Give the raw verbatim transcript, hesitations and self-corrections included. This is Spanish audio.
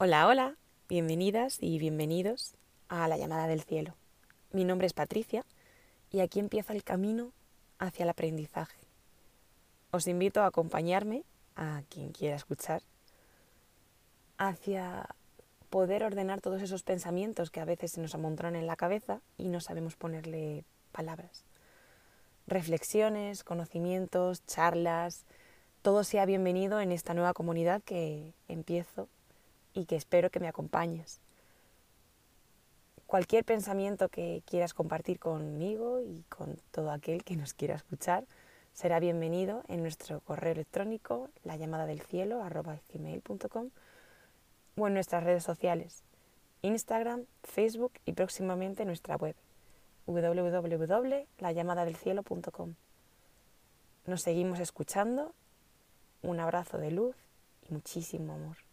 Hola, hola, bienvenidas y bienvenidos a La Llamada del Cielo. Mi nombre es Patricia y aquí empieza el camino hacia el aprendizaje. Os invito a acompañarme, a quien quiera escuchar, hacia poder ordenar todos esos pensamientos que a veces se nos amontonan en la cabeza y no sabemos ponerle palabras. Reflexiones, conocimientos, charlas, todo sea bienvenido en esta nueva comunidad que empiezo y que espero que me acompañes. Cualquier pensamiento que quieras compartir conmigo y con todo aquel que nos quiera escuchar será bienvenido en nuestro correo electrónico layamadelcielo arroba gmail punto com o en nuestras redes sociales Instagram, Facebook y próximamente nuestra web w w w punto la llamada del cielo punto com. Nos seguimos escuchando. Un abrazo de luz y muchísimo amor.